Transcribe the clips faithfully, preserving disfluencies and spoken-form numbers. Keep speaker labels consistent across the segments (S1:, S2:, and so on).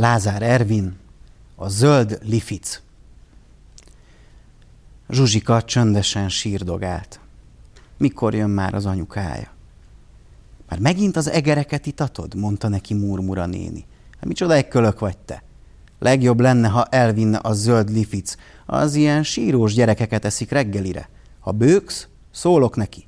S1: Lázár Ervin, a zöld lific. Zsuzsika csöndesen sírdogált. Mikor jön már az anyukája? Már megint az egereket itatod? Mondta neki Murmura néni. Hát micsoda egy kölök vagy te? Legjobb lenne, ha elvinne a zöld lific. Az ilyen sírós gyerekeket eszik reggelire. Ha bőksz, szólok neki.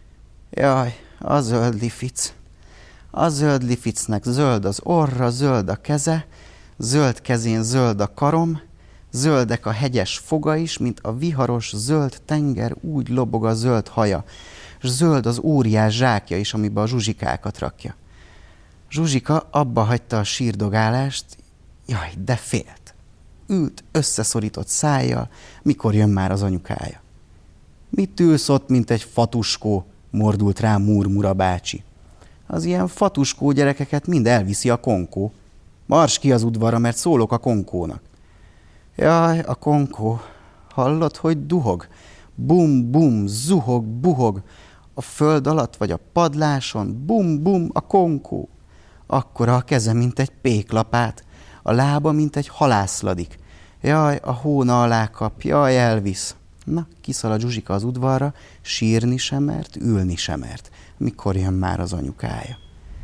S1: Jaj, a zöld lific. A zöld lificnek zöld az orra, zöld a keze, zöld kezén zöld a karom, zöldek a hegyes foga is, mint a viharos zöld tenger, úgy lobog a zöld haja, és zöld az óriás zsákja is, amiben a zsuzsikákat rakja. Zsuzsika abba hagyta a sírdogálást, jaj, de félt. Ült összeszorított szájjal, mikor jön már az anyukája. Mit ülsz ott, mint egy fatuskó, mordult rá Murmura bácsi. Az ilyen fatuskó gyerekeket mind elviszi a konkó. Mars ki az udvarra, mert szólok a konkónak. Jaj, a konkó. Hallod, hogy duhog? Bum, bum, zuhog, buhog. A föld alatt vagy a padláson, bum, bum, a konkó. Akkora a keze, mint egy péklapát, a lába, mint egy halászladik. Jaj, a hóna alá kap, jaj, elvisz. Na, kiszalad Zsuzsika az udvarra, sírni sem mert, ülni sem mert. Mikor jön már az anyukája?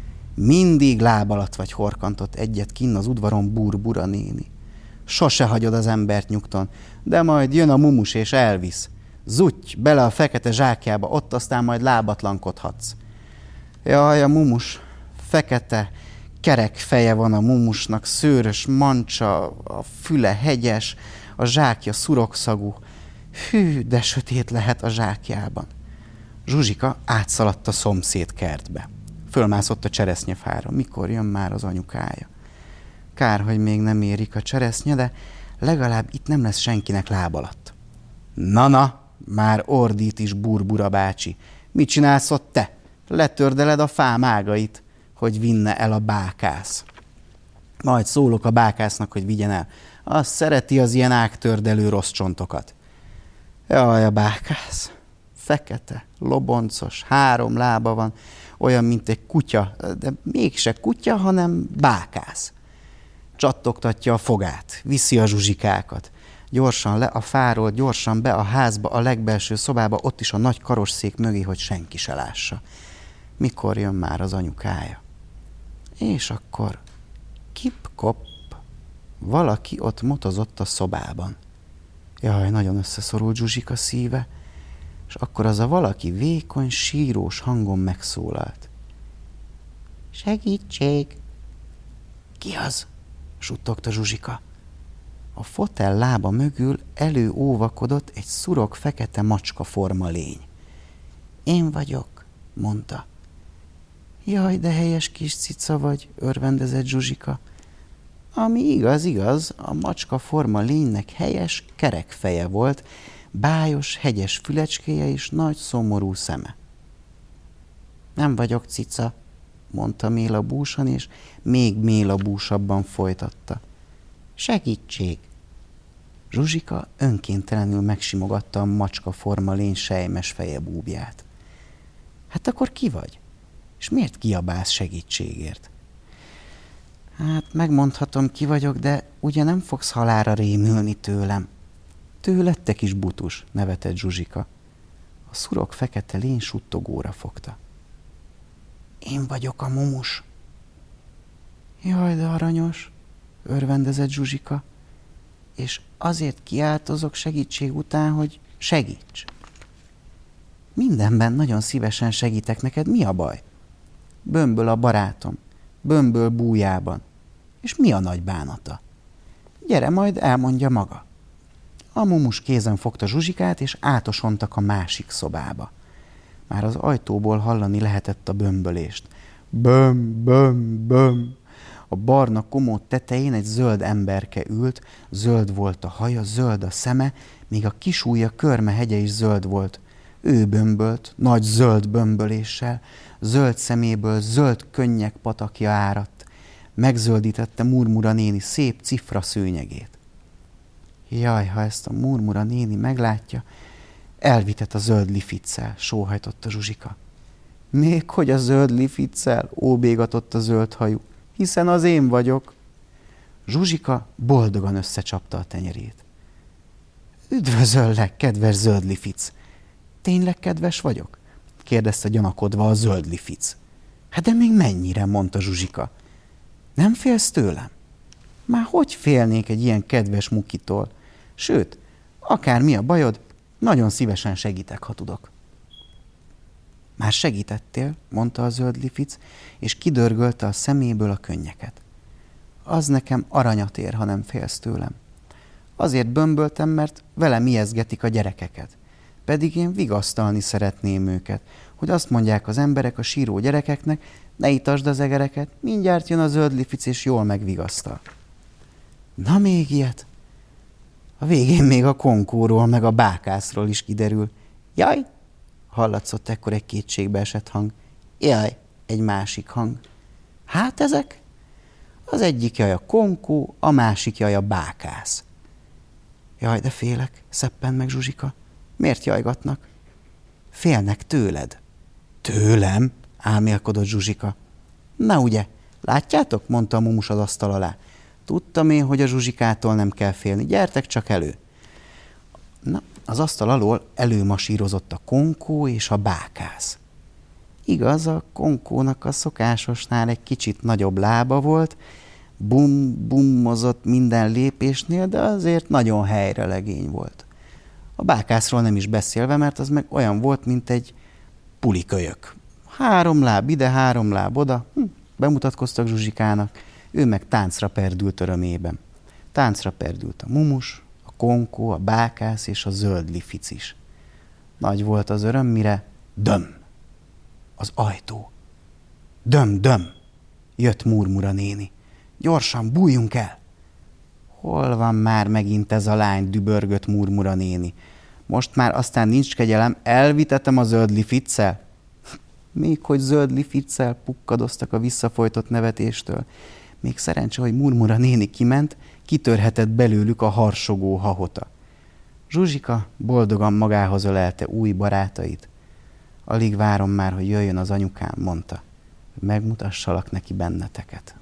S1: Mindig láb alatt vagy horkantott egyet kinn az udvaron Burbura néni. Sose hagyod az embert nyugton, de majd jön a mumus és elvisz. Zutty bele a fekete zsákjába, ott aztán majd lábatlankodhatsz. Jaj, a mumus, fekete, kerek feje van a mumusnak, szőrös mancsa, a füle hegyes, a zsákja szurogszagú. Hű, de sötét lehet a zsákjában. Zsuzsika átszaladt a szomszéd kertbe. Fölmászott a cseresznyefára. Mikor jön már az anyukája? Kár, hogy még nem érik a cseresznye, de legalább itt nem lesz senkinek láb alatt. Na-na, már ordít is Burbura bácsi. Mit csinálsz ott te? Letördeled a fám ágait, hogy vinne el a bákász. Majd szólok a bákásznak, hogy vigyen el. Azt szereti az ilyen ágtördelő rossz csontokat. Jaj, a bákász. Fekete, loboncos, három lába van, olyan, mint egy kutya, de mégse kutya, hanem bákász. Csattogtatja a fogát, viszi a zsuzsikákat. Gyorsan le a fáról, gyorsan be a házba, a legbelső szobába, ott is a nagy karosszék mögé, hogy senki se lássa. Mikor jön már az anyukája? És akkor kip-kop, valaki ott motozott a szobában. Jaj, nagyon összeszorult Zsuzsika szíve, és akkor az a valaki vékony, sírós hangon megszólalt. Segítség! Ki az? Suttogta Zsuzsika. A fotel lába mögül előóvakodott egy szurok fekete macskaforma lény. Én vagyok, mondta. Jaj, de helyes kis cica vagy, örvendezett Zsuzsika. Ami igaz, igaz, a macskaforma lénynek helyes, kerek feje volt, bájos, hegyes fülecskéje és nagy, szomorú szeme. Nem vagyok cica, mondta mélabúsan, és még mélabúsabban folytatta. Segítség! Zsuzsika önkéntelenül megsimogatta a macskaforma lény sejmes feje búbját. Hát akkor ki vagy? És miért kiabálsz segítségért? Hát megmondhatom, ki vagyok, de ugye nem fogsz halálra rémülni tőlem. Tőled te kis butus, nevetett Zsuzsika. A szurok fekete lény suttogóra fogta. Én vagyok a mumus. Jaj, de aranyos, örvendezett Zsuzsika, és azért kiáltozok segítség után, hogy segíts. Mindenben nagyon szívesen segítek neked, mi a baj? Bömböl a barátom, bömböl bújában. És mi a nagy bánata? Gyere, majd elmondja maga. A mumus kézen fogta Zsuzsikát, és átosontak a másik szobába. Már az ajtóból hallani lehetett a bömbölést. Böm, böm, böm. A barna komód tetején egy zöld emberke ült, zöld volt a haja, zöld a szeme, még a kisujja körme hegye is zöld volt. Ő bömbölt, nagy zöld bömböléssel, zöld szeméből zöld könnyek patakja áradt. Megzöldítette Murmura néni szép cifra szőnyegét. Jaj, ha ezt a Murmura néni meglátja, elvitett a zöld lificcel, sóhajtotta Zsuzsika. Még hogy a zöld lificcel, óbégatott a zöld hajú, hiszen az én vagyok. Zsuzsika boldogan összecsapta a tenyerét. Üdvözöllek, kedves Zöldlific! Tényleg kedves vagyok? Kérdezte gyanakodva a Zöldlific. Hát de még mennyire, mondta Zsuzsika. Nem félsz tőlem? Már hogy félnék egy ilyen kedves mukitól? Sőt, akármi a bajod, nagyon szívesen segítek, ha tudok. Már segítettél, mondta a Zöldlific, és kidörgölte a szeméből a könnyeket. Az nekem aranyat ér, ha nem félsz tőlem. Azért bömböltem, mert velem ijeszgetik a gyerekeket. Pedig én vigasztalni szeretném őket, hogy azt mondják az emberek a síró gyerekeknek, ne itasd az egereket, mindjárt jön a Zöldlific, és jól megvigasztal. Na még ilyet? A végén még a konkóról, meg a bákászról is kiderül. Jaj! Hallatszott ekkor egy kétségbe esett hang. Jaj! Egy másik hang. Hát ezek? Az egyik jaj a konkó, a másik jaj a bákász. Jaj, de félek, szeppent meg Zsuzsika. Miért jajgatnak? Félnek tőled. Tőlem? Álmélkodott Zsuzsika. Na ugye, látjátok? Mondta a mumus az asztal alá. Tudtam én, hogy a Zsuzsikától nem kell félni. Gyertek csak elő. Na, az asztal alól előmasírozott a konkó és a bákász. Igaz, a konkónak a szokásosnál egy kicsit nagyobb lába volt, bum-bummozott minden lépésnél, de azért nagyon helyre legény volt. A bákászról nem is beszélve, mert az meg olyan volt, mint egy pulikölyök. Három láb ide, három láb oda, hm, bemutatkoztak Zsuzsikának, ő meg táncra perdült örömében. Táncra perdült a mumus, a konkó, a bákász és a Zöldlific is. Nagy volt az öröm, mire döm! Az ajtó. Döm, döm! Jött Murmura néni. Gyorsan, bújjunk el! Hol van már megint ez a lány, dübörgött Murmura néni. Most már aztán nincs kegyelem, elvitetem a Zöldlificcel. Még hogy Zöldlificcel, pukkadoztak a visszafolytott nevetéstől. Még szerencse, hogy Murmura néni kiment, kitörhetett belőlük a harsogó hahota. Zsuzsika boldogan magához ölelte új barátait. Alig várom már, hogy jöjjön az anyukám, mondta, hogy megmutassalak neki benneteket.